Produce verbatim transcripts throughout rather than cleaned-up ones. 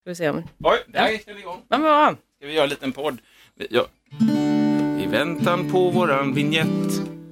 Ska vi se om... Oj, där gick den igång. Men vad? Ska vi göra en liten podd? Ja. I väntan på våran vignett.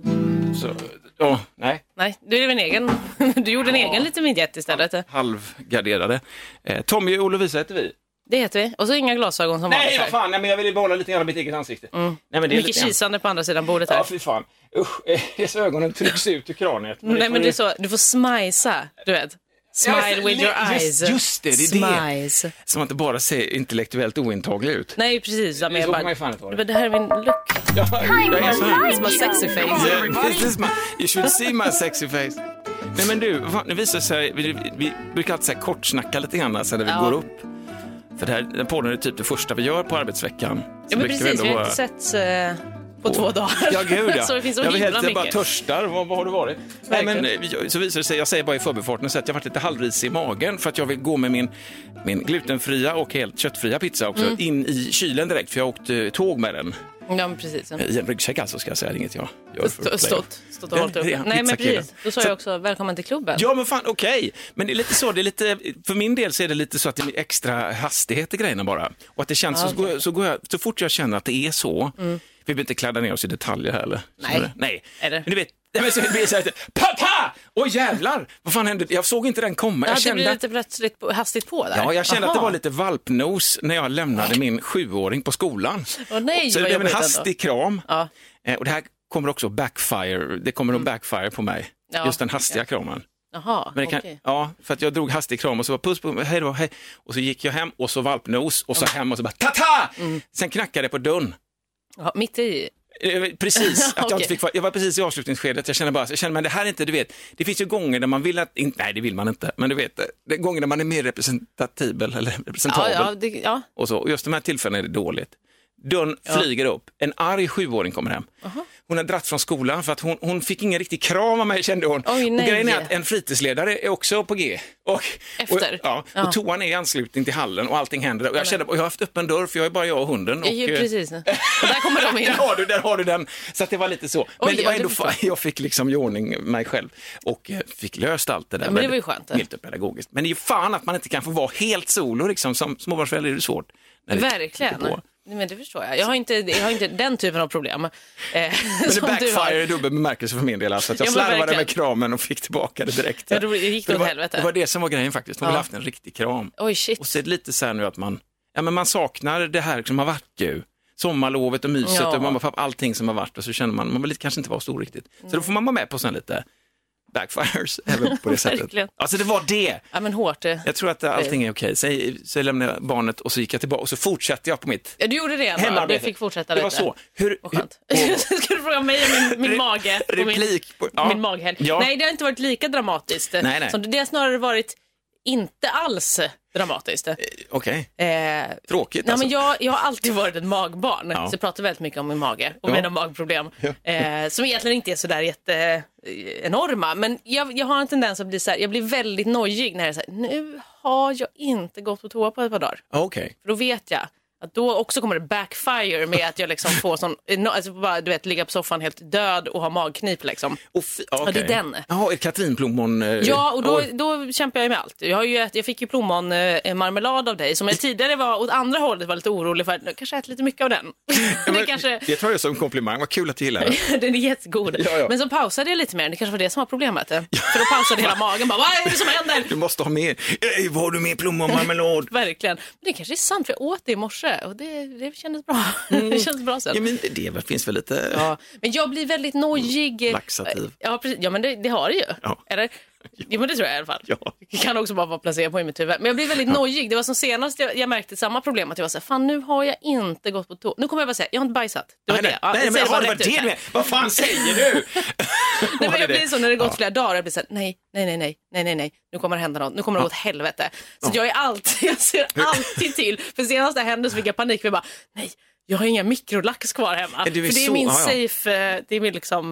Så, oh, nej. Nej, du är en egen. Du gjorde en ja. egen liten vignett istället. Halvgarderade. Eh, Tommy och Lovisa heter vi. Det heter vi. Och så inga glasögon som Nej, vad fan. Nej, men jag vill behålla lite grann av mitt eget ansikte. Mm. Nej, men det är mycket kisande på andra sidan bordet här. Ja, fy fan. Usch, så ögonen trycks ut ur kraniet. Men Nej, men det är så, du får smajsa, du vet. Smile ja, with your eyes. Just, just det, det är Smiles. det. Som att det bara ser intellektuellt ointaglig ut. Nej, precis. Det, det, bara, bara, det här är min look. Ja, jag är så här. It's my sexy face. Yeah, this is my, you should see my sexy face. Nej, men du, nu visar sig, vi, vi, vi brukar alltid säga kortsnacka lite grann sen när vi ja. går upp. För det här, den podden är typ det första vi gör på arbetsveckan. Ja, men precis, vi har inte sett... Uh... På två dagar. Ja, gud ja. Så det finns så jag himla helt, mycket. Jag bara törstar. Vad, vad har du varit? Nej, men, så visar det sig, jag säger bara i förbifarten så att jag har varit lite halvrisig i magen för att jag vill gå med min, min glutenfria och helt köttfria pizza också mm. in i kylen direkt för jag åkte tåg med den. Ja, men precis. I en ryggsäck alltså, ska jag säga. Inget jag gör för att stått, stått och hållit upp. Nej, men precis. Då sa jag också, välkommen till klubben. Ja, men fan, okej. Okay. Men det är lite så, det är lite, för min del så är det lite så att det är extra hastighet i grejerna bara. Och att det känns, ja, så, okay. så, så, går jag, så fort jag känner att det är så, mm. vi behöver inte kladda ner oss i detaljer heller. Nej. Nej. Är det? Men du vet, men så blir det så här, pappa! Åh jävlar! Vad fan hände? Jag såg inte den komma. Ja, jag kände... det blir lite plötsligt hastigt på där. Ja, jag kände Aha. att det var lite valpnos när jag lämnade min sjuåring på skolan. Åh nej, så det blev en hastig ändå. kram. Ja. Och det här kommer också backfire. Det kommer mm. att backfire på mig. Ja. Just den hastiga ja. kramen. Jaha, Men det kan, okay. Ja, för att jag drog hastig kram och så var puss på hej då, hej. Och så gick jag hem och så valpnos och så mm. hem och så bara tata! Mm. Sen knackade det på dörren. Ja, mitt i... Precis, att jag okay. inte fick, jag var precis i avslutningsskedet. Jag kände bara, jag kände, men det här är inte, du vet, det finns ju gånger där man vill att, in, nej det vill man inte, men du vet, det är gånger där man är mer representativ eller representabel. Ja, ja, det, ja. Och så, och just de här tillfällena är det dåligt. Dörren ja. flyger upp, en arg sjuåring kommer hem. Uh-huh. Hon har dratt från skolan för att hon, hon fick ingen riktig kram av mig, kände hon. Oj, och grejen är att en fritidsledare är också på G. Och, Efter? Och, ja, uh-huh. och toan är i anslutning till hallen och allting händer. Och jag kände, och jag har haft öppen dörr för jag är bara jag och hunden. Och, ja, precis. Och där kommer de in. där, har du, där har du den. Så att det var lite så. Men Oj, det var ändå, det jag fick liksom i ordning mig själv. Och fick löst allt det där. Ja, men det var ju skönt. Helt pedagogiskt. Men det är ju fan att man inte kan få vara helt solo. Liksom. Som småbarnsförälder är det svårt. Verkligen. Men det förstår jag. Jag har inte, jag har inte den typen av problem. Eh, men det backfire är dubbel bemärkelse för min del. Alltså att jag ja, slarvade verkligen. med kramen och fick tillbaka det direkt. Ja, det gick det, var, helvete. det var det som var grejen faktiskt. Hon ja. ville haft en riktig kram. Oj, shit. Och så är det lite så här nu att man, ja, men man saknar det här som har varit ju. Sommarlovet och myset ja. och mamma och pappa, allting som har varit. Och så känner man, man vill kanske inte vara stor riktigt. Så mm. då får man vara med på sån lite backfires även på det sättet. Alltså det var det. Ja, men hårt. Jag tror att allting är okej. Så, så jag lämnade barnet och så gick jag tillbaka och så fortsatte jag på mitt Ja, du gjorde det ändå. Du fick fortsätta lite. lite. Det var så. Hur, och skönt. Och... Ska du fråga mig om min, min mage? Replik. På, ja. Min maghelg. Ja. Nej, det har inte varit lika dramatiskt. Nej, nej. Så det har snarare varit inte alls dramatiskt. Eh, Okej. Okay. Eh, Tråkigt nej, alltså. Men jag, jag har alltid varit ett magbarn. Ja. Så jag pratar väldigt mycket om min mage och ja. mina magproblem. Ja. Eh, som egentligen inte är så där jätte eh, enorma. Men jag, jag har en tendens att bli så här, jag blir väldigt nojig när jag säger nu har jag inte gått på toa på ett par dagar. Okej. Okay. För då vet jag att då också kommer det backfire med att jag liksom får sån, alltså bara, du vet, ligga på soffan helt död och ha magknip liksom. Och f- okay. Och det är den. Jaha, ett katrinplommon. Eh, ja, och då, då kämpar jag med allt. Jag, har ju, jag fick ju plommon eh, marmelad av dig som jag tidigare var åt andra hållet var lite orolig för att jag kanske äter lite mycket av den. Ja, det, kanske... det tar jag som komplimang, vad kul att du gillar det. Den är jättegod. Ja, ja. Men så pausade jag lite mer, det kanske var det som var problemet. Ja. För då pausade hela magen, bara, vad är det som händer? Du måste ha mer, Ej, vad har du med plommon marmelad? Verkligen, men det kanske är sant för jag åt det i morse och det, det kändes bra. Mm. Det känns bra sen. Ja, men det, det finns väl lite... Ja, men jag blir väldigt nojig. Laxativ. Ja, precis. Ja, men det, det har det ju. Ja. Eller? Ja, men det tror jag i alla fall. Ja. Det kan också bara vara placerat på i mitt huvud. Men jag blir väldigt ja. nojig. Det var som senast jag, jag märkte samma problem. Att jag var så här, fan nu har jag inte gått på tå. Nu kommer jag bara säga, jag har inte bajsat. Det var nej, det. Ja, nej, men har det varit det med? Vad fan säger du? Nej, men jag blir så när det gått ja. flera dagar. Jag blir så här, nej, nej, nej, nej, nej, nej, nej. Nu kommer det hända något. Nu kommer det ja. åt helvete. Så ja. jag är alltid, jag ser alltid till. För senast det hände så fick jag panik. För jag bara, nej. Jag har inga mikrolax kvar hemma. Är för det är så? min Ja, ja. safe, det är min liksom, ja.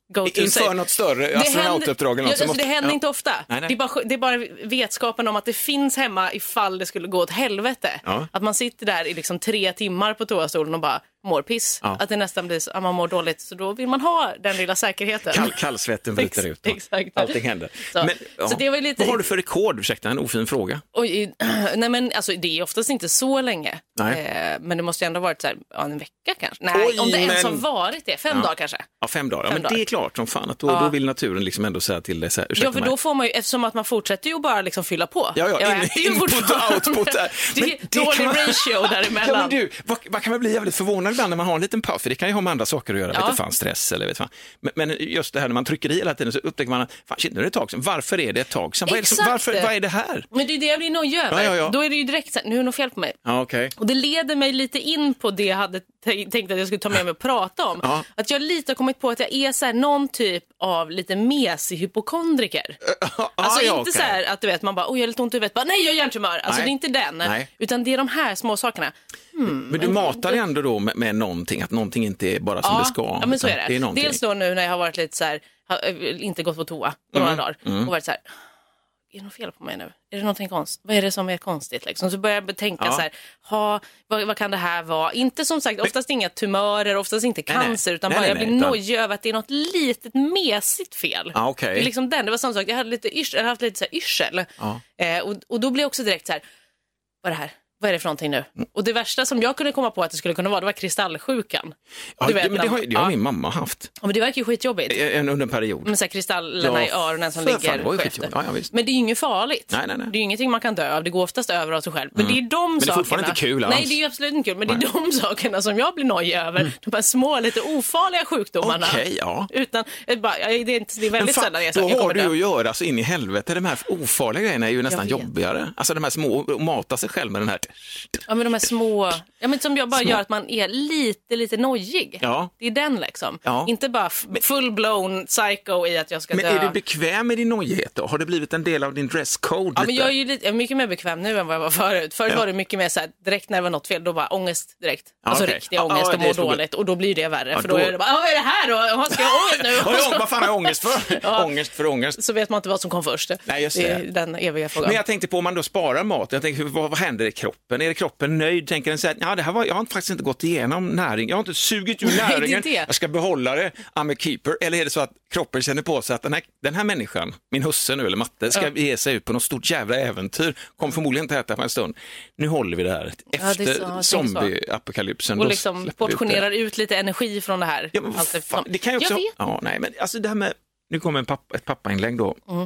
go to. Inför något större astronautuppdrag eller något. Ja, alltså, det händer ja. inte ofta. Nej, nej. Det, är bara, det är bara vetskapen om att det finns hemma ifall det skulle gå åt helvete. Ja. Att man sitter där i liksom tre timmar på toastolen och bara mår piss. Ja. Att det nästan blir så att man mår dåligt. Så då vill man ha den lilla säkerheten. Kall, kallsvetten bryter ut. Exakt. Allting händer. Så, men, ja. så det var lite... Vad har du för rekord? Ursäkta, en ofin fråga. Oj, nej men alltså det är oftast inte så länge. Eh, men det måste ju ändå ha varit så här, ja, en vecka kanske. Nej, Oj, om det men... ens har varit det. Fem ja. dagar kanske. Ja, fem dagar. Fem ja, men dagar. det är klart som fan att då, ja. då vill naturen liksom ändå säga till dig så här, ursäkta ja, för mig. Då får man ju, eftersom att man fortsätter ju bara liksom fylla på. Ja, ja, in, input och output där. Det är det dålig man... ratio däremellan. Ja, men du, vad, vad kan man bli jävligt förvånad ibland när man har en liten paus? För det kan ju ha med andra saker att göra. Ja. Vet du, fan, stress eller vet fan. Men, men just det här när man trycker i hela tiden så upptäcker man att fan, shit, nu är det ett tag sedan. Varför är det ett tag sedan? Vad är, det som, varför, vad är det här? Men det är det jag blir nöjd över. Ja, ja, ja. Då är det ju direkt så här, nu är det något fel på mig. Ja, okay. Och det leder mig lite in på det jag hade t- tänkt att jag skulle ta med mig och prata om. Ja. Att jag lite har kommit på att jag är så här, någon typ av lite mesig hypokondriker. Ja, alltså ja, inte okay. så här att du vet, man bara, oj jag är lite ont i huvudet. Bara, nej jag är hjärntumör. Alltså nej. det är inte den. Nej. Utan det är de här små sakerna. Hmm, men du matar dig ändå då med, med någonting, att någonting inte är bara som ja, det ska. Ja, men så är det. det är Dels då nu när jag har varit lite så här, har inte gått på toa på mm. några dagar Mm. och varit så här, är det något fel på mig nu? Är det någonting konstigt? Vad är det som är konstigt liksom? Så börjar jag betänka ja. så här, ha, vad, vad kan det här vara? Inte som sagt, oftast men... inga tumörer, oftast inte cancer, nej, utan nej, bara nej, jag blir nej, nojig över att det är något litet mesigt fel. Ah, okay. Det är liksom den, det var samma sak, jag hade lite yrsel, jag hade haft lite så här yrsel. Ah. Eh, och, och då blev jag också direkt så här, vad är det här? Vad är det för någonting nu? Och det värsta som jag kunde komma på att det skulle kunna vara, det var kristallsjukan. Ja, du vet, men det har, det har ja. min mamma haft. Ja, men det verkar ju skitjobbigt. En, under en period. Med så här kristallerna ja, i öronen som ligger fan, det ja, ja, men det är ju inget farligt. Nej, nej, nej. Det är ju ingenting man kan dö av. Det går oftast över av sig själv. Men mm. det är de men sakerna. Men det är fortfarande inte kul alls. Nej, det är ju absolut inte kul. Men nej. det är de sakerna som jag blir nojig över. Mm. De här små, lite ofarliga sjukdomarna. Okej, okay, ja. Utan, bara, det, är inte, det är väldigt fan, sällan jag då jag har du ju att göra så in i helvete. De här ofarliga grejerna är ju nästan jobbigare. Alltså de här små, mata sig själv med den här. Ja, men de här små, ja men som jag bara små. Gör att man är lite, lite nojig. Ja. Det är den liksom. Ja. Inte bara full-blown psycho i att jag ska men dö. Men är du bekväm med din nojighet då? Har det blivit en del av din dresscode? Ja, men jag är ju lite, jag är mycket mer bekväm nu än vad jag var förut. Förut ja. Var det mycket mer så här, direkt när det var något fel, då bara ångest direkt. Ja, alltså okay. riktig ja, ångest ja, och må dåligt. Och då blir det värre. Ja, för då, då är det bara, vad är det här då? Vad ska jag ha ångest nu? ja, vad fan är ångest för? ja. Ångest för ångest. Så vet man inte vad som kom först. Nej, just det. Det är den eviga frågan. Men jag tänkte på om man då sparar mat. Jag tänkte, vad, vad händer i kroppen? Är det kroppen nöjd? Tänker den så här, ja, det här var, jag har faktiskt inte gått igenom näring. Jag har inte sugit ur näringen. det det. Jag ska behålla det. I'm a keeper. Eller är det så att kroppen känner på sig att den här, den här människan, min husse nu eller matte, ska ja. ge sig ut på något stort jävla äventyr. Kommer förmodligen inte äta på en stund. Nu håller vi det här. Efter ja, zombie-apokalypsen. Och liksom portionerar ut, ut lite energi från det här. Ja, men alltså, fan, det kan ju också... Ja, nej, men alltså det här med... Nu kommer en pappa, ett pappainlägg då. Mm.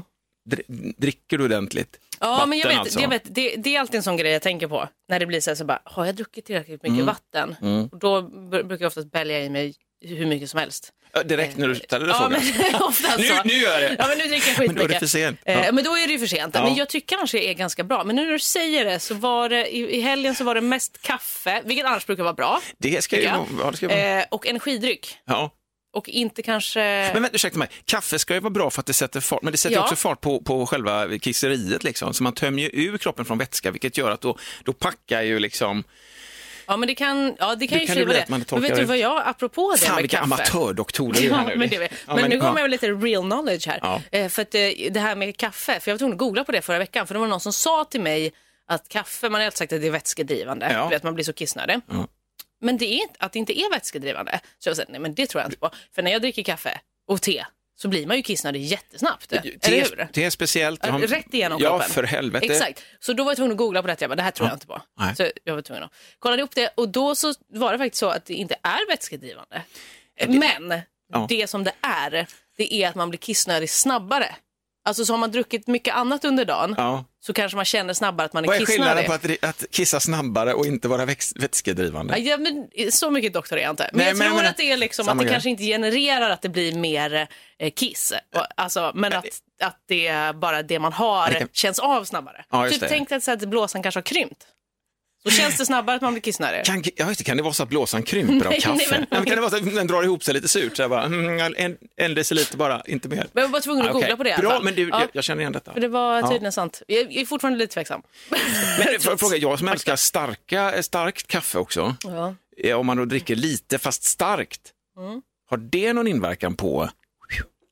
Dricker du ordentligt? Ja, vatten, men jag vet, alltså. jag vet det, det är alltid en sån grej jag tänker på. När det blir så här så bara, har jag druckit tillräckligt mycket mm. vatten? Mm. Och då brukar jag oftast bälja i mig hur mycket som helst. Ja, direkt när du ställer ja, frågan. Men, ofta nu, nu gör det. Ja, men nu dricker jag skitmycket. Men då är det för sent. Ja. Eh, men då är det ju för sent. Ja. Men jag tycker kanske det är ganska bra. Men nu när du säger det så var det, i, i helgen så var det mest kaffe, vilket annars brukar vara bra. Det ska ju vara. Ja, det ska vara. Eh, och energidryck. Ja. Och inte kanske... Men vänta, ursäkta mig. Kaffe ska ju vara bra för att det sätter fart. Men det sätter ja. också fart på, på själva kisseriet liksom. Så man tömmer ju ur kroppen från vätska. Vilket gör att då, då packar ju liksom... Ja, men det kan, ja, det kan ju skriva det. Men vet du vad jag, apropå det fan, med kaffe... amatördoktorer ja, här nu. Men, det, ja, men, men nu kommer jag lite real knowledge här. Ja. Eh, för att det här med kaffe, för jag var tvungen att googla på det förra veckan. För det var någon som sa till mig att kaffe, man har alltid sagt att det är vätskedrivande. Ja. Vet, man blir så kissnödig. Ja. Men det är inte, att det inte är vätskedrivande. Så jag sa, nej men det tror jag inte på. För när jag dricker kaffe och te så blir man ju kissnödig jättesnabbt. Te, eller hur? Det är speciellt. Har... Rätt igenom ja, kroppen. Ja, för helvete. Exakt. Så då var jag tvungen att googla på det. Jag bara, det här tror ja. jag inte på. Nej. Så jag var tvungen att kolla upp det. Och då så var det faktiskt så att det inte är vätskedrivande. Det... Men ja. det som det är, det är att man blir kissnödig snabbare. Alltså så har man druckit mycket annat under dagen ja. så kanske man känner snabbare att man är kissnödig. Vad är skillnaden på att, att kissa snabbare och inte vara väx, vätskedrivande? Ja, men, så mycket doktor är jag inte. Men Nej, jag men, tror men, att det är liksom att det grej. kanske inte genererar att det blir mer eh, kiss. Alltså, men att, att det är bara det man har det kan... känns av snabbare. Ja, typ tänk att, att blåsan kanske har krympt. Så känns det snabbare att man blir kissnödig. Kan, jag vet inte, kan det vara så att blåsan krymper av kaffe? Nej, men, nej, men kan det vara så att den drar ihop sig lite surt? Så jag bara, mm, en, en deciliter bara, inte mer. Men jag var tvungen att ah, googla okay. på det. Bra, alltså. men du, ja. jag, jag känner igen detta. För det var tydligen ja. sant. Jag är fortfarande lite tveksam. Men för, fråga, jag som älskar starka, starkt kaffe också. Ja. Om man då dricker lite fast starkt. Mm. Har det någon inverkan på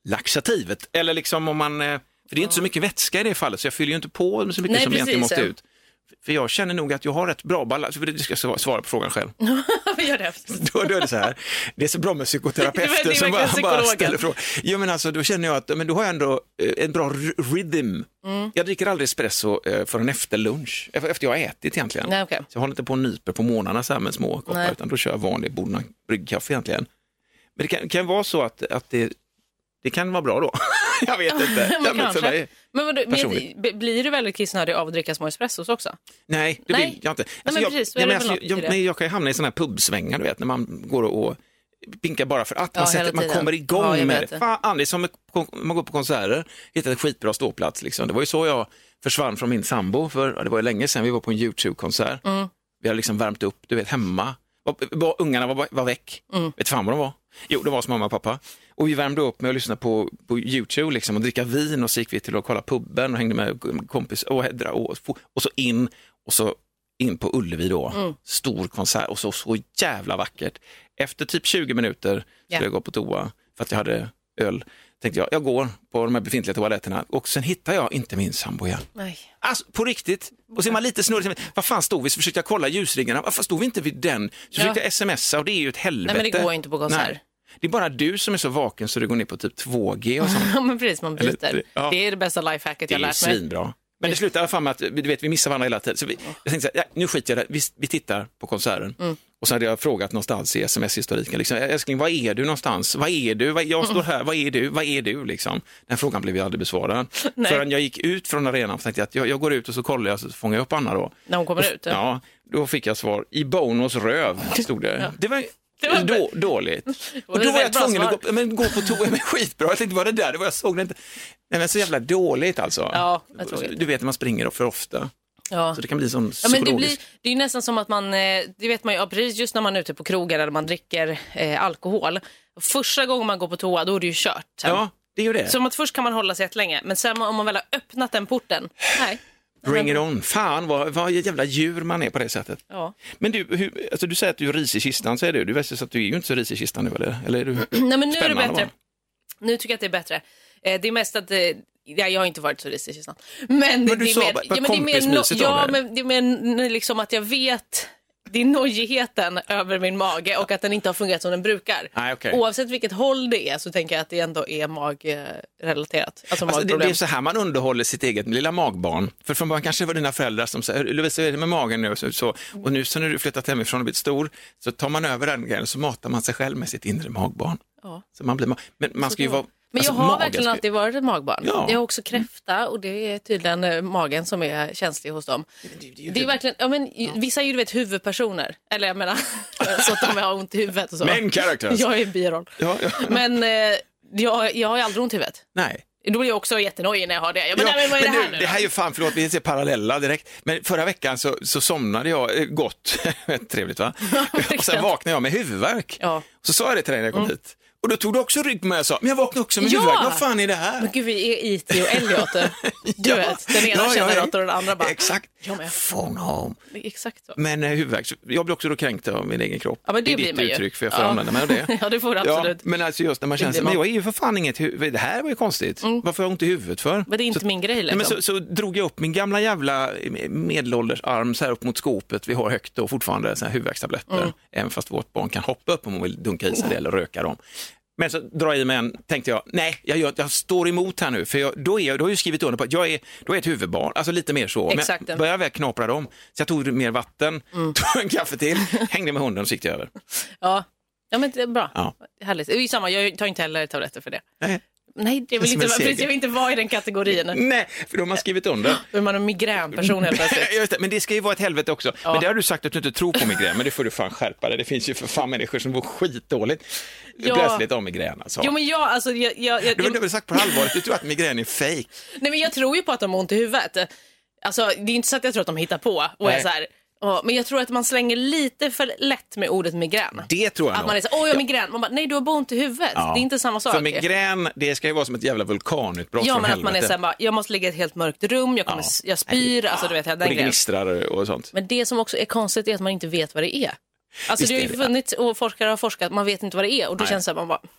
laxativet. Eller liksom om man, för det är inte så mycket vätska i det fallet så jag fyller ju inte på så mycket Nej, som precis, egentligen måste ut. För jag känner nog att jag har rätt bra balans, för det ska jag svara på frågan själv. Gör det. Då, då är det så här, det är så bra med psykoterapeuter som bara, bara ställer frågor. Jo men alltså då känner jag att, men då har jag ändå en bra rhythm. Mm. Jag dricker aldrig espresso förrän efter lunch, efter jag har ätit egentligen. Nej, okay. Så jag håller inte på och nyper på morgnarna så här med små koppar, utan då kör jag vanlig bodna bryggkaffe egentligen. Men det kan, kan vara så att, att det, det kan vara bra då. Jag vet inte. men ja, för mig, men vad, men, blir du väldigt kissnödig av att dricka små espressos också? Nej, det Nej. vill jag inte. Alltså, Nej, men precis, jag, jag, alltså, jag, jag, jag kan ju hamna i sådana här pubsvängar, du vet, när man går och, och pinkar bara för att ja, man, sätter, man kommer igång ja, med det. det. Fan, det är som man går på konserter, hittar en skitbra ståplats. Liksom. Det var ju så jag försvann från min sambo, för det var ju länge sedan vi var på en YouTube-konsert. Mm. Vi hade liksom värmt upp, du vet, hemma. Var, var, ungarna var, var väck. Mm. Vet fan vad de var? Jo, det var som mamma och pappa. Och vi värmde upp med att lyssna på, på YouTube liksom, och dricka vin, och så gick vi till att kolla pubben och hängde med kompis och, och, och så in och så in på Ullevi då. Mm. Stor konsert och så, så jävla vackert. Efter typ tjugo minuter skulle yeah. jag gå på toa för att jag hade öl. Tänkte jag, jag går på de här befintliga toaletterna och sen hittar jag inte min sambo igen. Nej. Alltså, på riktigt. Och så är man lite snurrig. Vad fan stod vi? Så försökte jag kolla ljusringarna. Varför stod vi inte vid den? Så försökte jag smsa och det är ju ett helvete. Nej, men det går inte på konsert. Nej. Det är bara du som är så vaken så du går ner på typ två G och sånt. Ja, men precis, man byter. Ja. Det är det bästa lifehacket jag lärt mig. Det är svinbra. Men det slutar i alla fall med att du vet, vi missar varandra hela tiden. Så vi, jag tänkte så här, ja, nu skiter jag där. Vi, vi tittar på konserten. Mm. Och så hade jag frågat någonstans i sms-historiken. Liksom, älskling, vad är du någonstans? Vad är du? Jag står här. Vad är du? Vad är du? Liksom. Den frågan blev jag aldrig besvarad. Förrän jag gick ut från arenan tänkte jag att jag, jag går ut och så kollar jag så fångar jag upp Anna då. När hon kommer ut? Ja. ja, då fick jag svar. I Bonos röv stod det. Ja. Det var... Det var då, dåligt. Och, och då var jag tvungen att gå, men, gå på toa med skitbra. Jag tänkte, vad det där? Det var, jag såg det inte. Nej, men så jävla dåligt alltså. Ja, jag tror du vet när man springer för ofta. Ja. Så det kan bli sån ja, men det, blir, det är ju nästan som att man, det vet man ju, precis just när man är ute på krogen eller man dricker eh, alkohol. Första gången man går på toa, då är det ju kört. Sen. Ja, det är ju det. Så att först kan man hålla sig ett länge, men sen om man väl har öppnat den porten, nej. Bring it on. Fan, vad, vad jävla djur man är på det sättet. Ja. Men du, hur, alltså du säger att du är ris i kistan, säger du. Du vet så att du är ju inte så ris i kistan nu, eller? Eller är du Nej, men nu är det bättre. Nu tycker jag att det är bättre. Eh, det är mest att... Eh, ja, jag har inte varit så ris i kistan. Men, men det, du det är sa mer, bara ja, men det är mer no, ja, men det är mer liksom att jag vet... Det är nojigheten över min mage och att den inte har fungerat som den brukar. Ah, okay. Oavsett vilket håll det är så tänker jag att det ändå är magrelaterat. Alltså, alltså det, det är så här man underhåller sitt eget lilla magbarn. För från början kanske det var dina föräldrar som sa, Lovisa, är det med magen nu? Så, så, och nu så när du flyttat hemifrån och blivit stor så tar man över den grejen och så matar man sig själv med sitt inre magbarn. Ja. Så man blir, men man ska ju vara... Men jag alltså, har verkligen alltid varit ett magbarn. Ja. Jag har också kräfta och det är tydligen äh, magen som är känslig hos dem. Det, det, det, det är verkligen, ja, men, ja. Vissa är ju du vet huvudpersoner. Eller jag menar, så att de har ont i huvudet och så. Main characters. Jag är biroll. Ja, ja. Men äh, jag, jag har ju aldrig ont i huvudet. Nej. Då blir jag också jättenojig när jag har det. Ja, men, ja, nej, men vad är men det här nu, nu? Det här är ju fan, förlåt, vi ser parallella direkt. Men förra veckan så, så somnade jag gott. Trevligt va? Och sen vaknade jag med huvudvärk. Ja. Så sa jag det till dig när jag kom mm. hit. Och då tog du också rygg med och sa, men jag vaknade också med ja! huvudvärk. Vad fan är det här? Men gud, vi är I T och Elliot. Du ja. vet, den ena ja, känner något och den andra bara. Exakt. Phone home. Exakt så. Men eh, huvudvärk, jag blir också då kränkt av min egen kropp. Ja, men det, det är ditt blir uttryck, för jag får ja. använda mig av det. Ja, det får du absolut. Ja, men alltså just när man känner sig, men jag är ju för fan inget huvud. Det här var ju konstigt. Mm. Varför har jag ont i huvudet för? Men det är inte så, min grej liksom. Men så, så drog jag upp min gamla jävla medelålders arm så här upp mot skåpet. Vi har högt och fortfarande så här huvudvärkstabletter. Mm. Även fast vårt barn kan hoppa upp om man vill dunka i sig det eller röka dem. Men så drar jag i mig en, tänkte jag, nej, jag, gör, jag står emot här nu, för jag, då, är jag, då har jag ju skrivit under på att jag är, då är ett huvudbarn, alltså lite mer så. Exakt. Men börjar väl knapra dem, så jag tog mer vatten, mm. tog en kaffe till, hängde med hunden och så gick jag över. Ja, ja men det är bra. Ja. Härligt. Det är ju samma, jag tar inte heller tabletter för det. Nej. Nej, det vill inte, precis, jag vill inte vara i den kategorin. Nej, för de har skrivit under. Då är man en migränperson helt plötsligt. Men det ska ju vara ett helvete också. Ja. Men det har du sagt att du inte tror på migrän, men det får du fan skärpa dig. Det finns ju för fan människor som bor skitdåligt. Ja. Plötsligt av migrän alltså. Jo, men jag, alltså, jag, jag, jag, du har väl sagt på allvaret, du tror att migrän är fake. Nej, men jag tror ju på att de har ont i huvudet. Alltså, det är inte så att jag tror att de hittar på och är så här... Oh, men jag tror att man slänger lite för lätt med ordet migrän. Det tror jag Att nog. man är så, åh jag har migrän. Man bara, nej du har bara ont i huvudet. Ja. Det är inte samma sak. För migrän, det ska ju vara som ett jävla vulkanutbrott. Ja, från men helvete. Att man är så här, bara, jag måste ligga i ett helt mörkt rum, jag, kommer, ja. jag spyr, alltså du vet, den och det gnistrar och sånt. Men det som också är konstigt är att man inte vet vad det är. Alltså Visst det har ju funnits, och forskare har forskat, man vet inte vad det är. Och då nej. Känns det att man bara,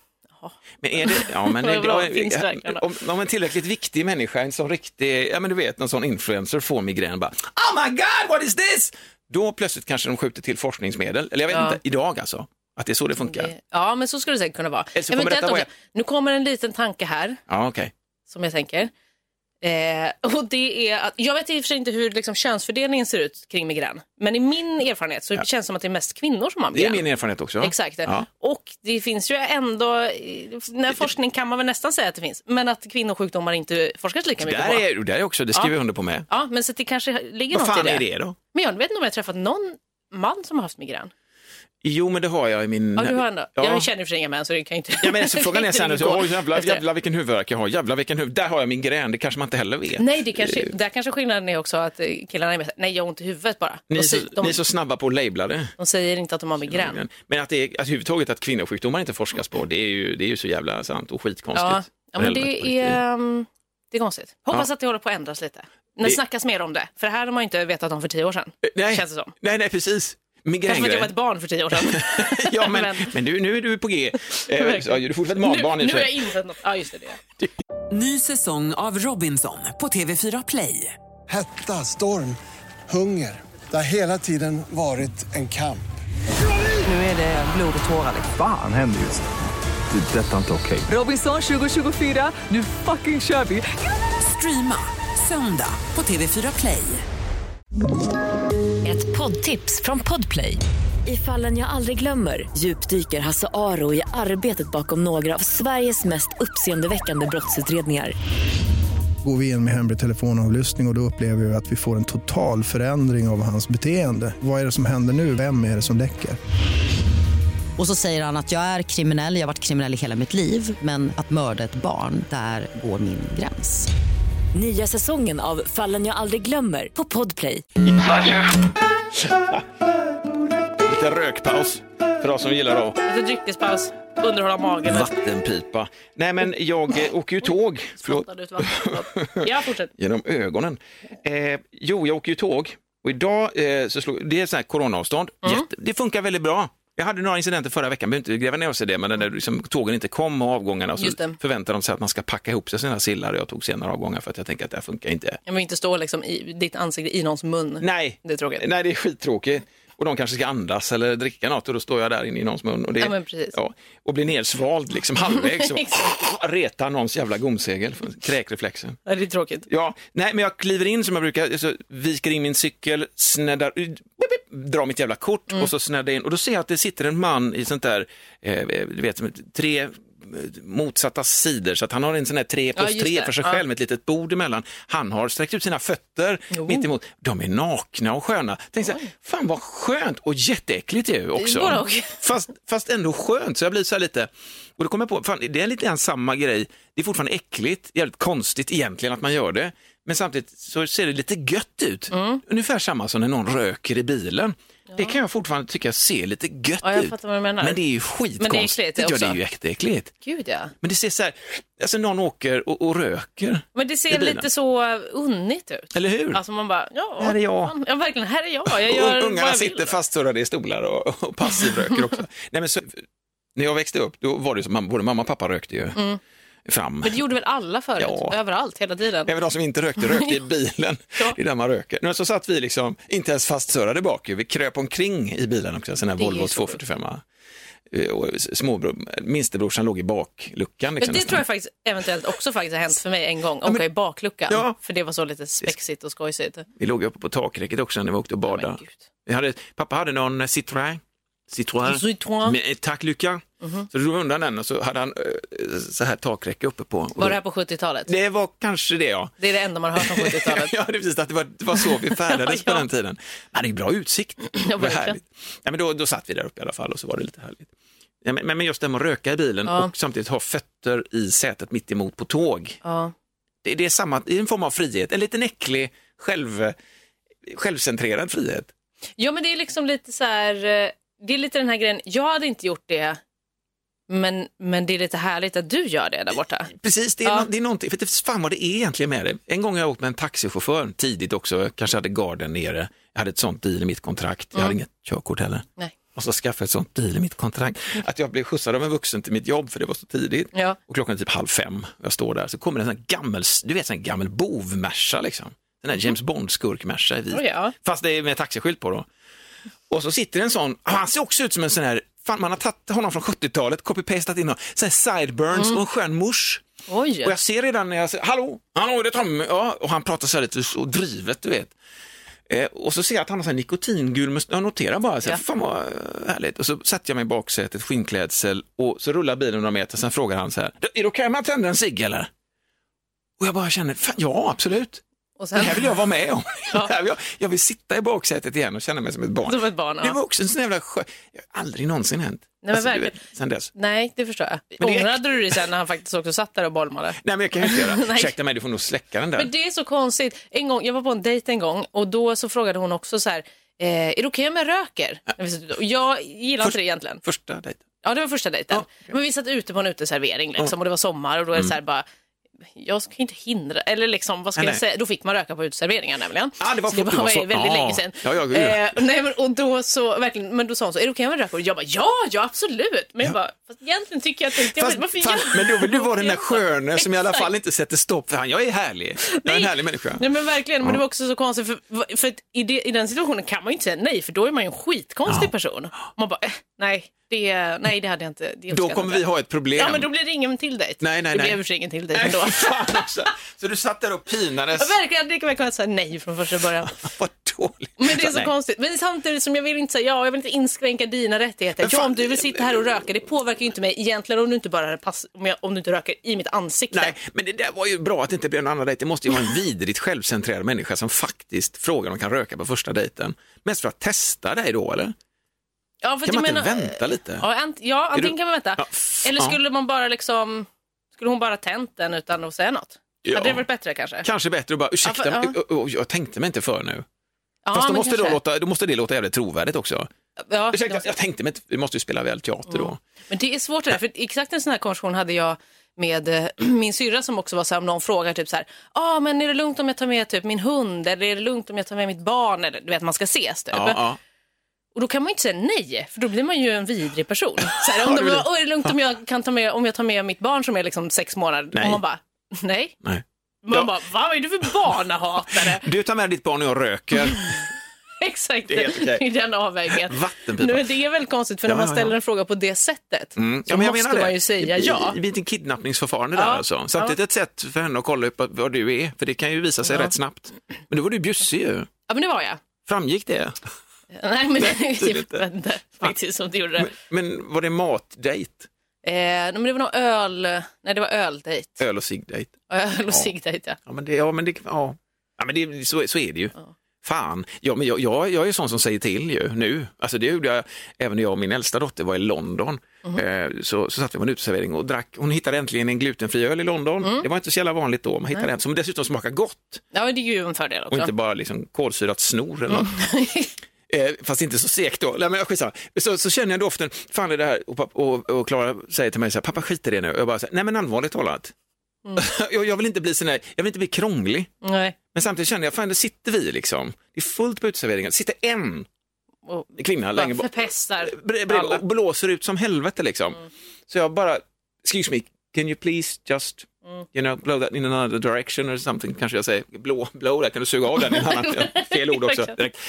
Jaha. Men är det, ja, men är det, om, om en tillräckligt viktig människa, en sån riktig, ja men du vet, någon sån influencer får migrän bara, oh my god, what is this? Då plötsligt kanske de skjuter till forskningsmedel, eller jag vet ja. inte, idag alltså. Att det är så det funkar. Det, ja, men så skulle det säkert kunna vara. Kommer detta vara... Nu kommer en liten tanke här. Ja, okej. Okay. Som jag tänker. Eh, och det är att, jag vet i och för sig inte hur liksom, könsfördelningen ser ut kring migrän. Men i min erfarenhet så ja. känns det som att det är mest kvinnor som har migrän. Det är min erfarenhet också. Exakt. Ja. Och det finns ju ändå, när forskning kan man väl nästan säga att det finns. Men att kvinnosjukdomar inte forskas lika mycket där på. Är, där är också, det skriver jag ja. under på med. Ja, men så det kanske ligger Vad något i det. Vad fan är det då? Men jag vet inte om jag har träffat någon man som har haft migrän. Jo, men det har jag i min... Ja, du har ändå. Ja. Jag känner för sig inga män, så det kan inte... Ja, men så frågan är sen, så, oh, jävla, jävla vilken huvudvärk jag har, jävla vilken huvud... Där har jag min gren, det kanske man inte heller vet. Nej, det kanske, där kanske skillnaden är också att killarna är med, nej, jag har ont i huvudet bara. Ni, de, så, de, ni är så snabba på att labla det. De säger inte att de har migrän. Men att det är, att överhuvudtaget att kvinnosjukdomar inte forskas på, det är ju, det är ju så jävla sant och skitkonstigt. Ja, ja men det är, det är konstigt. Hoppas ja. att det håller på att ändras lite. När det snackas mer om det, för det här har man inte vetat om för tio år sedan. Nej, känns det som. nej, nej, precis. Kanske för att jag var ett barn för tio år sedan. ja, men, men. men du, nu är du på G. Eh, så, du får ett matbarn. Nu, nu är jag insett något. Ja, just det. det. Ny säsong av Robinson på T V fyra Play. Hetta, storm, hunger. Det har hela tiden varit en kamp. Nu är det blod och tårar. Fan händer just det. Det är detta inte okej. Okay. Robinson tjugo tjugofyra, nu fucking kör vi. Streama söndag på T V fyra Play. Ett poddtips från Podplay. I Fallen jag aldrig glömmer djupdyker Hasse Aro i arbetet bakom några av Sveriges mest uppseendeväckande brottsutredningar. Går vi in med hemlig telefonavlyssning och, och då upplever vi att vi får en total förändring av hans beteende. Vad är det som händer nu? Vem är det som läcker? Och så säger han att jag är kriminell, jag har varit kriminell i hela mitt liv. Men att mörda ett barn, där går min gräns. Nya säsongen av Fallen jag aldrig glömmer på Podplay. Lite rökpaus för oss som gillar att... Lite dryckespaus, underhålla magen. Vattenpipa. Nej, men jag eh, åker ju tåg. Förlåt. Ja, fortsätt. Genom ögonen. Eh, jo, jag åker ju tåg. Och idag eh, så slog... Det är så här coronaavstånd. Mm. Jätte... Det funkar väldigt bra. Jag hade några incidenter förra veckan, behöver inte gräva ner oss i det, men när liksom, tågen inte kom och avgångarna så förväntar de sig att man ska packa ihop sig sina sillar. Jag tog senare avgångar för att jag tänker att det här funkar inte. Jag vill inte stå liksom i ditt ansikte i någons mun. Nej, det är tråkigt. Nej, det är skittråkigt. Och de kanske ska andas eller dricka något och då står jag där inne i någons mun. Och, det, ja, men precis. Ja, och blir nedsvald liksom halvvägs och retar någons jävla gomsegel, kräkreflexen. Ja, det är tråkigt. Ja, nej, men jag kliver in som jag brukar, alltså, viker in min cykel, snäddar, drar mitt jävla kort mm. och så snäddar in. Och då ser jag att det sitter en man i sånt där, eh, du vet, som tre motsatta sidor, så att han har en sån här tre plus ja, tre för sig själv ja. med ett litet bord emellan. Han har sträckt ut sina fötter jo. mitt emot. De är nakna och sköna. Tänk så här, fan vad skönt och jätteäckligt är ju också. Okay. Fast, fast ändå skönt, så jag blir så här lite, och då kommer jag på, fan, det är lite grann samma grej. Det är fortfarande äckligt, jävligt konstigt egentligen att man gör det. Men samtidigt så ser det lite gött ut. Mm. Ungefär samma som när någon röker i bilen. Ja. Det kan jag fortfarande tycka ser lite gött ja, jag ut. fattar vad du menar. Men det är ju skitkonstigt. Men det är äckligt ja, också. det är ju jätteäckligt. Gud, ja. Men det ser så här, alltså någon åker och, och röker. Men det ser lite så unnigt ut. Eller hur? Alltså man bara, ja. Här är jag. Ja, verkligen, här är jag. Jag gör och ungarna sitter fastsurrade i stolar och, och passivröker också. Nej, men så, när jag växte upp, då var det som, både mamma och pappa rökte ju. Mm. Fram. Men det gjorde väl alla förut? Ja. Överallt, hela tiden. Även de som inte rökte, rökte i bilen. Ja. Det är där man röker. Men så satt vi liksom, inte ens fastsörade bak. Vi kröp omkring i bilen också. Sån här Volvo tvåhundrafyrtiofem. Och småbror, minstebrorsan låg i bakluckan. Liksom, men det nästan. tror jag faktiskt eventuellt också faktiskt har hänt för mig en gång. Åka ja, men, i bakluckan. Ja. För det var så lite spexigt och skojsigt. Vi låg uppe på takräcket också när vi åkte och badade. Ja, vi hade, pappa hade någon Citroën. Citroën. Citroën. Med taklucka. Mm-hmm. Så du drog undan den och så hade han uh, så här takräcke uppe på. Var det här på sjuttiotalet? Det var kanske det, ja. Det är det enda man har hört om sjuttiotalet. Ja, det är precis att det var, det var så vi färdades ja, ja. på den tiden. Men det är bra utsikt. Det var härligt. Ja, men då, då satt vi där uppe i alla fall och så var det lite härligt. Ja, men, men just det med att röka i bilen ja. och samtidigt ha fötter i sätet mitt emot på tåg. Ja. Det, det är samma, det är en form av frihet. En liten äcklig, själv, självcentrerad frihet. Ja, men det är liksom lite så här... Det är lite den här grejen, jag hade inte gjort det, men, men det är lite härligt att du gör det där borta. Precis, det är, ja. no, det är någonting, för det, fan vad det är egentligen med det. En gång har jag åkt med en taxichaufför tidigt också, jag kanske hade garden nere, jag hade ett sånt deal i mitt kontrakt, jag mm. hade inget körkort heller. Nej. Och så skaffade jag ett sånt deal i mitt kontrakt att jag blev skjutsad av en vuxen till mitt jobb för det var så tidigt. Ja. Och klockan är typ halv fem. Jag står där så kommer en sån gammal, du vet, en gammal bovmärsa liksom. Den här James Bond-skurkmärsa i vit. Oh, ja. Fast det är med taxiskylt på då. Och så sitter en sån, han ser också ut som en sån här, fan man har tagit honom från sjuttiotalet, copy-pastat in och sån här sideburns mm. och en skön mors. Oj. Och jag ser redan när jag säger, hallå, hallå, det är Tommy. Ja, och han pratar så här lite så drivet, du vet. Eh, och så ser jag att han har så här nikotingul must- jag noterar bara så här, ja. Fan vad härligt. Och så sätter jag mig i baksätet, skinnklädsel och så rullar bilen några meter, sen frågar han så här, är det okej om jag tänder en cigg eller? Och jag bara känner, fan, ja absolut. Och sen... Det här vill jag vara med om. Ja. jag, jag vill sitta i baksätet igen och känna mig som ett barn. Som ett barn, ja. Det var också en sån jävla skö... Aldrig någonsin hänt. Nej, men alltså, verkligen. Vet, sen dess. Nej, det förstår jag. Men ångrade det... du dig sen när han faktiskt också satt där och bolmade? Nej, men jag kan ju inte göra. Ursäkta mig, du får nog släcka den där. Men det är så konstigt. En gång, jag var på en dejt en gång och då så frågade hon också så här, eh, är det okej med röker? Ja. Och jag gillar inte det egentligen. Första dejten? Ja, det var första dejten. Ja, okay. Men vi satt ute på en uteservering liksom, ja. Och det var sommar och då är det mm. så här bara... Jag ska inte hindra, eller liksom, vad ska nej, jag säga? Då fick man röka på uteserveringar nämligen. Ja, det var, så det var, var så... väldigt ah. länge sedan. Ja, ja, ja. Eh, nej, men, och då så, verkligen, men då sa hon så, är det okej med röka? Och jag bara, ja, ja, absolut. Men jag bara, fast egentligen tycker jag att inte, jag fast, vill, varför fast, jag... Men då vill du vara den där sköne som i alla fall inte sätter stopp för han. Jag är härlig. Jag är en härlig människa. Nej, men verkligen, ja. Men det var också så konstigt, för, för att i, det, i den situationen kan man ju inte säga nej, för då är man ju en skitkonstig ja. person. Man bara, eh, nej. Det, nej, det hade jag inte. Det då kommer vi ha ett problem. Ja, men då blir det ingen till dejt. Nej, nej, nej. Det blev ingen till dejt ändå. Så du satt där och pinades. Ja, verkligen, det kan man kunna säga nej från första början. Vad dåligt. Men det är så nej. konstigt. Men samtidigt som jag vill inte säga, ja, jag vill inte inskränka dina rättigheter. Ja, om du vill sitta här och röka, det påverkar ju inte mig egentligen om du inte bara pass, om, jag, om du inte röker i mitt ansikte. Nej, men det där var ju bra att det inte blev en annan dejt. Det måste ju vara en vidrigt självcentrerad människa som faktiskt frågar om de kan röka på första dejten. Mest för att testa dig då, eller? Ja, för kan man menar, inte vänta lite? Ja, ant, ja antingen du... kan man vänta. Ja, eller skulle ja. man bara liksom, skulle hon bara tänt den utan att säga något? Ja. Hade det varit bättre kanske? Kanske bättre att bara, ursäkta, ja, för, ja. jag tänkte mig inte för nu. Ja, fast då måste, då, låta, då måste det låta jävligt trovärdigt också. Ja, ursäkta, jag tänkte mig inte, vi måste ju spela väl teater mm. då. Men det är svårt det där, för exakt en sån här konversation hade jag med äh, min syrra som också var så här, om någon frågar typ så här, ja ah, men är det lugnt om jag tar med typ min hund, eller är det lugnt om jag tar med mitt barn, eller du vet, man ska ses typ. Ja, ja. Och då kan man ju inte säga nej, för då blir man ju en vidrig person. Så här, om, de, oh, är det lugnt om jag kan ta med, om jag tar med mitt barn som är liksom sex månader, nej. Och man bara, nej. nej. Man ja. bara, vad är du för barnahatare? Du tar med ditt barn och jag röker. Exakt, det är okay. I den avvägningen. Vattenpipa. Nu, det är väldigt konstigt, för när ja, man ställer ja. en fråga på det sättet mm. så ja, men måste man ju säga ja. Det blir ett kidnappningsförfarande ja. där alltså. Samtidigt ja. ett sätt för henne att kolla upp vad du är, för det kan ju visa sig ja. rätt snabbt. Men då var du bjussig ju. Ja, men det var jag. Framgick det? Nej, men det är inte faktiskt som det gjorde det. Men, men var det matdejt? Eh, men det var nog öl, nej det var öldejt. Öl och ciggdejt. Öl och ja. ciggdejt, ja. Ja, men det, ja, men det, ja. Ja, men det, så, så är det ju. Ja. Fan, ja, men jag, jag, jag är sån som säger till ju nu. Alltså det gjorde jag även när jag och min äldsta dotter var i London. Mm. Eh, så, så satt vi på en uteservering och drack. Hon hittade äntligen en glutenfri öl i London. Mm. Det var inte så jävla vanligt då. Man hittade en som dessutom smakar gott. Ja, det är ju en fördel också. Och inte bara liksom kolsyrat snor eller något. Mm. Eh, fast inte så sekt då. Nej, men skitsamma. Så, så känner jag då ofta, fan är det här, och, och, och Klara säger till mig så här, pappa skiter det nu. Och jag bara så här, nej men allvarligt talat. Mm. jag, jag vill inte bli sån här, jag vill inte bli krånglig. Nej. Men samtidigt känner jag, fan det sitter vi liksom. Det är fullt på uteserveringen. Det sitter en och, kvinna längre bort. Förpestar alla. Och blåser ut som helvete liksom. Mm. Så jag bara, excuse me, can you please just... Mm. You know, blow that in another direction or something. Kanske jag säger, blå, blow där, kan du suga av den i en annan, fel ord också.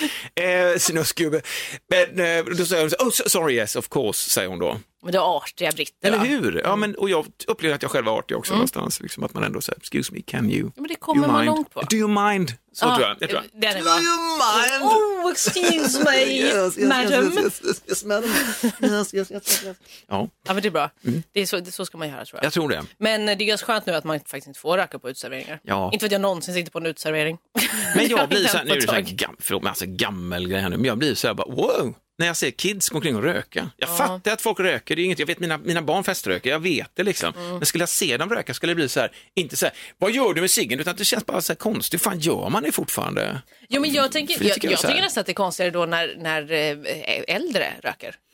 eh, Snuskgubbe. Men eh, då säger hon, oh sorry yes, of course, säger hon då. Men det är artiga britter. Eller hur? Ja, men, och jag upplever att jag själv är artig också mm. någonstans. Liksom, att man ändå säger, excuse me, can you? Ja, men det kommer man långt på. Do you mind? Så ah, tror jag. jag, tror jag. Do bra. you mind? Oh, excuse me, yes, yes, madam. Yes, yes, yes, madam. Yes, yes, yes, yes. Ja. Ja, men det är bra. Mm. Det är så, det, så ska man göra, tror jag. Jag tror det. Men det är ganska skönt nu att man faktiskt inte får röka på uteserveringar. Ja. Inte för att jag någonsin sitter på en uteservering. Men jag blir så här, nu är det så här gam, förlåt, alltså, gammel grej här nu, men jag blir så här bara, wow. När jag ser kids gå omkring och röka. Jag ja. fattar att folk röker, det är inget, jag vet mina, mina barn feströker, jag vet det liksom. Mm. Men skulle jag se dem röka skulle det bli så här, inte så här, vad gör du med ciggen? Utan det känns bara så här konstigt, fan gör man det fortfarande? Jo, men jag tänker, jag, jag, jag jag tycker nästan att det är konstigare då när, när äldre röker.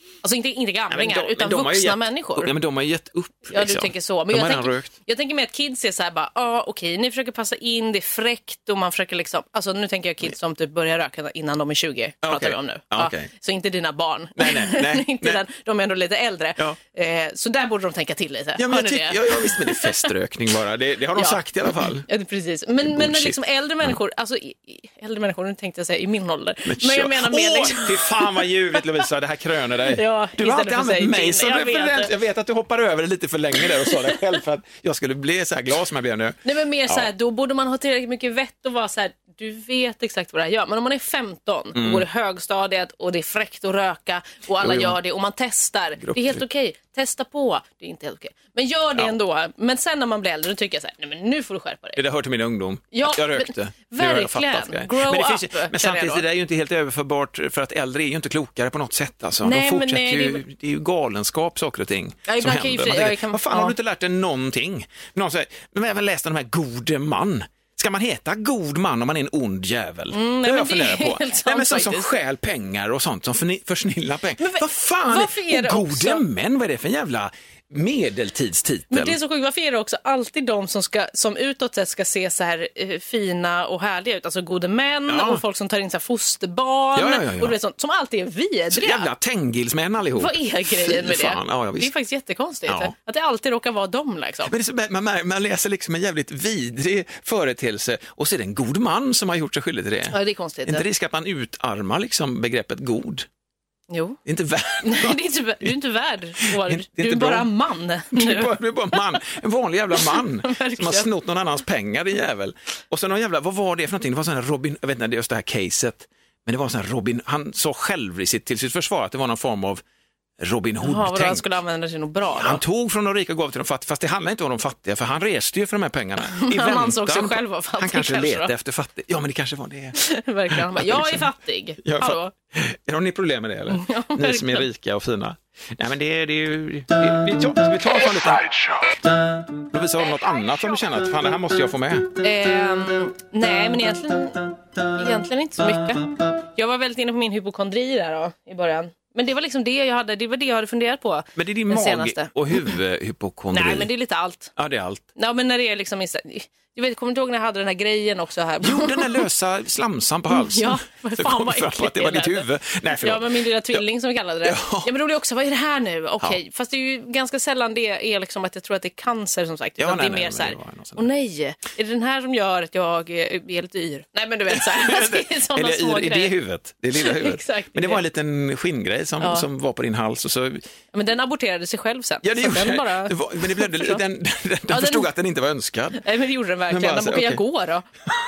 Alltså inte, inte gamlingar, ja, de, utan de vuxna gett, människor. Ja, men de har gett upp. Ja, liksom. du tänker så. Men de jag, har tänker, rökt. jag tänker med att kids är så här bara, ja ah, okej, okay, ni försöker passa in, det är fräckt och man försöker liksom, alltså nu tänker jag kids som typ börjar röka innan de är tjugo, pratar okay. vi om nu. Ja, okay. Ja, så inte dina barn. Nej, nej, nej, inte nej. Den, de är ändå lite äldre. Ja. Eh, så där borde de tänka till lite. Ja, men jag tyck, ja, ja, visst, men det är feströkning bara. Det, det har de ja. sagt i alla fall. Ja, precis. Men, men när liksom äldre människor, alltså i, i, äldre människor, nu tänkte jag säga i min ålder. Men, men jag menar mer liksom... Åh, fy fan vad ljuvligt, Lovisa, det här kröner dig. Ja, du har alltid använt mig som jag referens. Jag vet att du hoppar över det lite för länge där och sa det själv för att jag skulle bli så här glad som jag blev nu. Nej, men mer så här, då borde man ha tillräckligt mycket vett och vara så här, du vet exakt vad det här gör. Men om man är femton mm. och går i högstadiet och det är fräckt att röka och alla jo, jo. gör det och man testar. Grupp. Det är helt okej. Okay. Testa på. Det är inte helt okej. Okay. Men gör det ja. ändå. Men sen när man blir äldre, då tycker jag så här, nej men nu får du skärpa dig. Det där hör till min ungdom. Ja, jag rökte. Verkligen. Jag Grow men det up. Finns, men samtidigt är det ju inte helt överförbart för att äldre är ju inte klokare på något sätt. Alltså. Nej, De fortsätter nej, ju, det... det är ju galenskap saker och ting ja, som händer. Fri, tänker, kan... vad fan ja. har du inte lärt dig någonting? Någon säger, men jag har även läst om de här gode man. Ska man heta god man om man är en ond jävel? Mm, det har jag funderat på. Sant, nej, men så, som stjäl pengar och sånt, som för, försnillar pengar. Men, vad fan är, är det gode också? Män, vad är det för en jävla medeltidstitel? Men det är så sjukt, varför är det också alltid de som, ska, som utåt sett ska se så här eh, fina och härliga ut, alltså gode män ja. och folk som tar in så här fosterbarn ja, ja, ja, ja. och det är sånt, som alltid är vidriga. Så jävla tängilsmän allihop. Vad är grejen med fan. det? Ja, det är faktiskt jättekonstigt ja. att det alltid råkar vara dem liksom. Men det är så, man, man läser liksom en jävligt vidrig företeelse och så är det en god man som har gjort sig skyldig till det. Ja, det är konstigt. Inte risk att man utarmar liksom begreppet god. Jo. Det är inte värd. Nej, det är inte, du är inte värd. Du är, är inte bara man. Du är bara, du är bara man. En vanlig jävla man som har snott någon annans pengar, din jävel. Och så någon jävla, vad var det för någonting? Det var sån här Robin, jag vet inte, det är just det här caset. Men det var sån här Robin, han sa själv i sitt, till sitt försvar att det var någon form av Robin Hood-tänk. Ja, han skulle använda det till något bra då? Han tog från de rika och gav till de fattiga, fast det handlar inte om de fattiga, för han reste ju för de här pengarna. I han ansåg sig själv vara fattig. Han kanske, kanske letade efter fattig. Ja, men det kanske var det. Verkligen. Han bara, jag är fattig. Jag är Hallå? Är ni problem med det, eller? Ja, ni som är rika och fina. Nej, men det är, det är ju... Det, vi tar, vi tar en liten... Då visar du något annat som du känner att fan, det här måste jag få med. Um, nej, men egentligen, egentligen inte så mycket. Jag var väldigt inne på min hypokondri där då, i början. Men det var liksom det jag hade, det var det jag hade funderat på. Men det är din mag senaste. Och huvudhypokondri. Nej, men det är lite allt. Ja, det är allt. Ja, men när det är liksom... Jag vet, kommer inte ihåg när jag hade den här grejen också här. Jo, den där lösa slamsan på halsen. Ja, men fan vad äckligt att det var ditt huvud. Nej, ja, men min lilla tvilling ja. som vi kallade det. Ja, ja men då blir också, vad är det här nu? Okej, okay. ja. Fast det är ju ganska sällan det är liksom att jag tror att det är cancer som sagt. Ja, nej, det är nej, mer så här, åh nej, är det den här som gör att jag är lite yr? Nej, men du vet så här. Alltså, det är sådana eller små yr, grejer. I det huvudet, det lilla huvudet. Exakt, men det var en liten skinngrej som, ja. som var på din hals. Och så... ja, men den aborterade sig själv sen. Ja, det gjorde den bara... det. Var, men det blev, den, den, den, den ja, förstod den... att den inte var önskad. Nej, men det gjorde den verkligen. Den bara, okay. jag går då.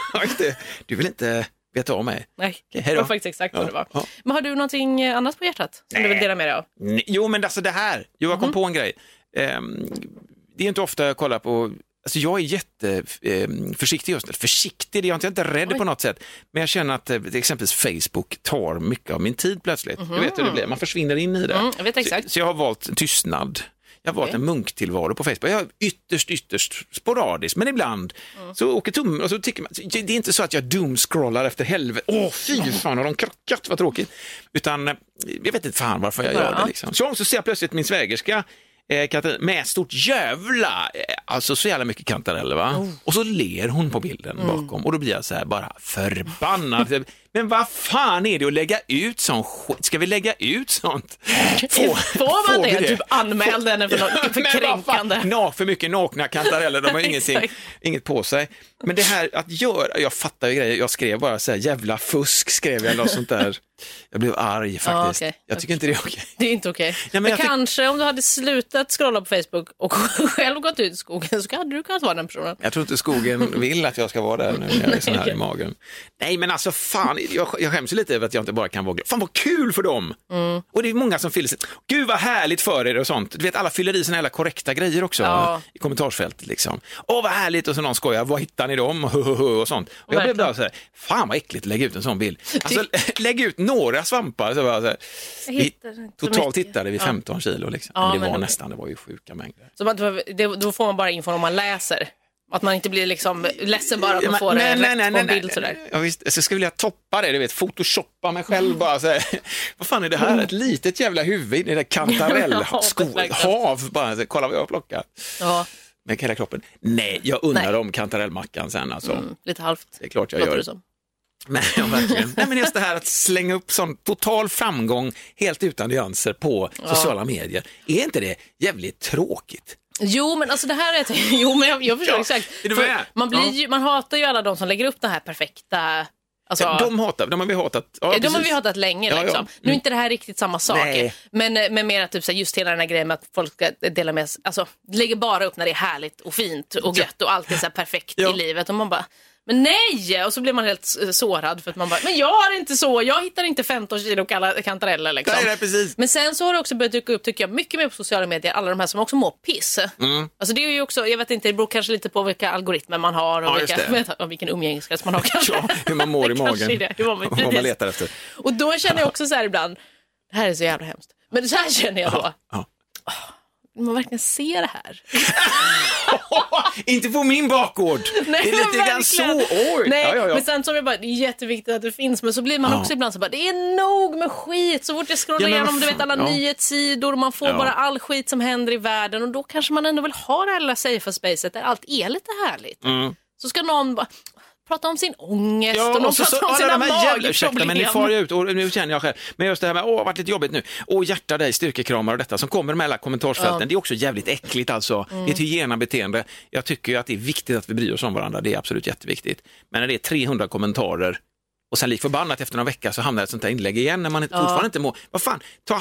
Du vill inte veta av mig. Nej, okay, det var faktiskt exakt vad ja, det var. Ja. Men har du någonting annat på hjärtat som Nej. du vill dela med dig av? Nej. Jo, men alltså det här. Jo, jag kom mm. på en grej. Um, det är inte ofta jag kollar på... Alltså jag är jätteförsiktig um, just nu. Försiktig, jag är inte rädd Oj. på något sätt. Men jag känner att uh, exempelvis Facebook tar mycket av min tid plötsligt. Mm-hmm. Du vet hur det blir. Man försvinner in i det. Mm, jag vet exakt. Så, så jag har valt tystnad. Jag har valt okay. en munktillvaro på Facebook. Jag är ytterst, ytterst sporadiskt, men ibland mm. så åker tummen och så tycker man, det är inte så att jag doomscrollar efter helvete. Åh, fy fan, har de krockat, vad tråkigt. Utan jag vet inte fan varför jag ja. gör det liksom. Så, så ser jag plötsligt min svägerska eh, med ett stort jävla, eh, alltså så jävla mycket kantareller va. Oh. Och så ler hon på bilden mm. bakom och då blir jag så här bara förbannad. Men vad fan är det att lägga ut sånt skit? Ska vi lägga ut sånt? Får, får man det? det? Typ anmäl den för, något, för kränkande. Nå, för mycket nakna kantareller, de har ingenting, inget på sig. Men det här att göra, jag fattar ju grejer, jag skrev bara så här, jävla fusk skrev jag, något sånt där. Jag blev arg faktiskt. Ja, okay. Jag tycker jag inte det är okej. Okay. Det är inte okej. Okay. Ja, men men kanske tyck- om du hade slutat scrolla på Facebook och själv gått ut i skogen så hade du kunnat vara den personen. Jag tror inte skogen vill att jag ska vara där nu när jag är sån här i magen. Nej, men alltså fan, jag, jag skäms lite över att jag inte bara kan vara glad. Fan vad kul för dem! Mm. Och det är många som fyller sig. Gud vad härligt för er och sånt. Du vet, alla fyller i såna jävla korrekta grejer också ja. i kommentarsfältet liksom. Åh vad härligt, och så någon skojar, vad hittar ni dem? Och sånt. Och jag blev bara så här, fan vad äckligt att lägga ut en sån bild. Alltså lägg ut några svampar så bara så här, vi, totalt hittade vi femton ja. kilo liksom. Ja, men det men var det... nästan, det var ju sjuka mängder. Så man, det, då får man bara info om man läser. Att man inte blir liksom ledsen bara att man får nej, det nej, rätt nej, på en nej, bild sådär. Ja, visst, jag skulle vilja toppa det, du vet, photoshoppa mig själv bara så här. Vad fan är det här? Ett litet jävla huvud i det där kantarellhav. Bara så, kolla vad jag har plockat. Ja. Med hela kroppen. Nej, jag undrar Nej. om kantarellmackan sen alltså. Mm, lite halvt. Det är klart jag Låter gör. det som. Men, ja, verkligen. Nej, men just det här att slänga upp sån total framgång helt utan nyanser på Ja. sociala medier. Är inte det jävligt tråkigt? Jo, men alltså det här är... Jo, men jag, jag förstår Ja, exakt. är du För med? Man, blir Ja. ju, man hatar ju alla de som lägger upp det här perfekta... Alltså, De hatar, de har vi hatat. Ja, de har precis. vi hatat länge. Ja, ja. Liksom. Mm. Nu är inte det här riktigt samma sak. Nej. Men, men mer att typ, så här, just hela den här grejen med att folk ska dela med sig. Alltså, lägger bara upp när det är härligt och fint och gött och allt är så här perfekt Ja. i livet. Och man bara, men nej! Och så blir man helt eh, sårad för att man bara, men jag har inte så. Jag hittar inte femton kilo kalla- kantareller liksom. Nej, nej, precis. Men sen så har det också börjat dyka upp, tycker jag, mycket mer på sociala medier. Alla de här som också mår piss. Mm. Alltså det är ju också, jag vet inte, det beror kanske lite på vilka algoritmer man har och Ja, just vilka, det. vet, och vilken umgängeskrets man har kanske. Ja, hur man mår i Kanske magen. är det, hur man, Vad man precis. letar efter. Och då känner jag också så här ibland, det här är så jävla hemskt. Men så här känner jag då, Ja. man verkligen ser det här. Inte på min bakgård. Nej, det är lite men grann så. verkligen. Oj. Nej, Ja, ja, ja. men sen som jag bara, det är jätteviktigt att det finns, men så blir man Ja. också ibland så bara, det är nog med skit. Så fort jag scrollar Ja, men igenom, vad du vet, alla fan, ja. nyhetssidor och man får Ja. bara all skit som händer i världen och då kanske man ändå vill ha det här lilla safe spacet där allt är lite härligt. Mm. Så ska någon bara prata om sin ångest Ja, och någon och så, så pratar om alla sina de här jävla, ursäkta, men ni far magproblem. ju ut och nu känner jag själv, men just det här med, åh, det har varit lite jobbigt nu, åh, hjärta dig, styrkekramar och detta som kommer med alla kommentarsfälten, Ja. det är också jävligt äckligt alltså, det är ett hygienabeteende. Jag tycker ju att det är viktigt att vi bryr oss om varandra, det är absolut jätteviktigt, men när det är trehundra kommentarer och sen lik förbannat efter några veckor så hamnar ett sånt här inlägg igen när man Ja. fortfarande inte mår. Vad fan, ta,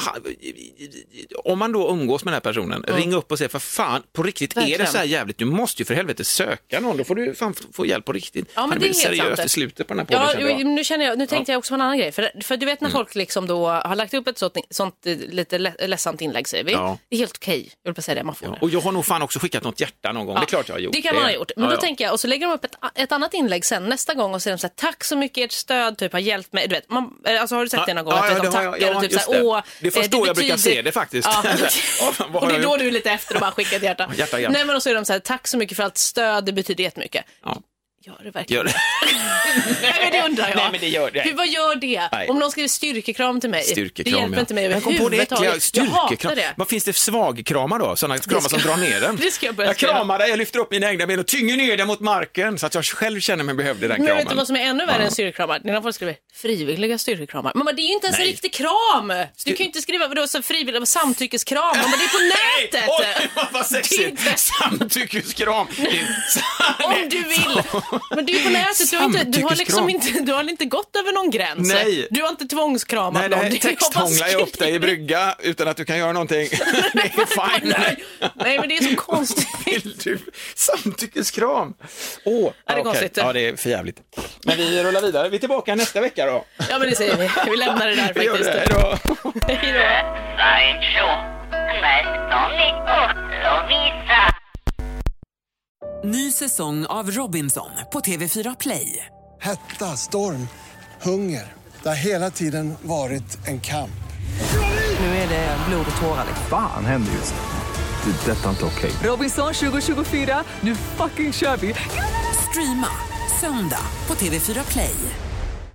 om man då umgås med den här personen, Mm. ring upp och säg, för fan, på riktigt, är Verkligen. det så här jävligt? Du måste ju för helvete söka någon, då får du fan få hjälp på riktigt. Ja, men Fan, det är blir helt seriöst sant. i slutet på den här podden. Ja, känner jag. jo, nu, känner jag, nu tänkte jag också på en annan grej. För, för du vet när folk liksom då har lagt upp ett sånt, sånt eh, lite lä- ledsamt inlägg, säger vi. Ja. Det är helt okej. Jag vill bara säga det, man får Ja, det. och jag har nog fan också skickat något hjärta någon gång, Ja, det är klart jag har gjort. Det kan man ha gjort. Men ja, då ja. tänker jag, och så lägger de upp ett, ett annat inlägg sen nästa gång och säger de så här, tack så mycket, ert stöd typ har hjälpt mig. Du vet, man, alltså har du sett Ja, det någon gång? ja, att ja, de det har jag- tackar ja, och typ just så här, det. åh. Det är först eh, då jag brukar se det faktiskt. Ja. Ja, vad har Och det är jag då gjort? du är lite efter och bara skickar ett hjärta. Hjärta igen. Nej, men och så är de så här, tack så mycket för allt stöd, det betyder jättemycket. Ja. Gör det verkligen? Gör det. Nej, men det undrar jag. Nej, men det gör det. Hur, vad gör det? Nej. Om någon skriver styrkekram till mig, Styrkekram, det hjälper ja. inte mig Jag kom på det äckliga, överhuvudtaget. Jag hatar styrkekram. det. Vad finns det för svagkramar då? Sådana kramar ska- som drar ner den. Det ska jag börja jag skriva. kramar dig, jag lyfter upp mina egna ben och tynger ner den mot marken så att jag själv känner mig behövd i den Men kramen. vet du vad som är ännu värre än styrkekramar? Det är när folk skriver frivilliga styrkekramar. Men det är ju inte ens en Nej. riktig kram! Du kan ju inte skriva vadå, så frivilliga samtyckeskram. Men det är på nätet! Oj, vad Det är sexigt! inte- Samtyckeskram! Om du vill. Men det är ju på nätet. Du har, inte, du, har liksom inte, du har inte gått över någon gräns. Nej. Du har inte tvångskramat Nej, det någon. här Det är bara texthånglar jag upp dig i skrivit. brygga utan att du kan göra någonting. Det är fine. Nej. Nej, men det är så konstigt. Vill du? Samtyckeskram. Åh, Ja, det är okej. konstigt. Ja, det är för jävligt. Men vi rullar vidare. Vi är tillbaka nästa vecka då. Ja, men det säger vi. Vi lämnar det där Vi gör faktiskt. det. Hej då. Hej då. Ny säsong av Robinson på T V fyra Play. Hetta, storm, hunger. Det har hela tiden varit en kamp. Nu är det blod och tårar. Fan händer just det. Det är detta inte okej. Robinson tjugo tjugofyra, nu fucking kör vi! Streama söndag på T V fyra Play.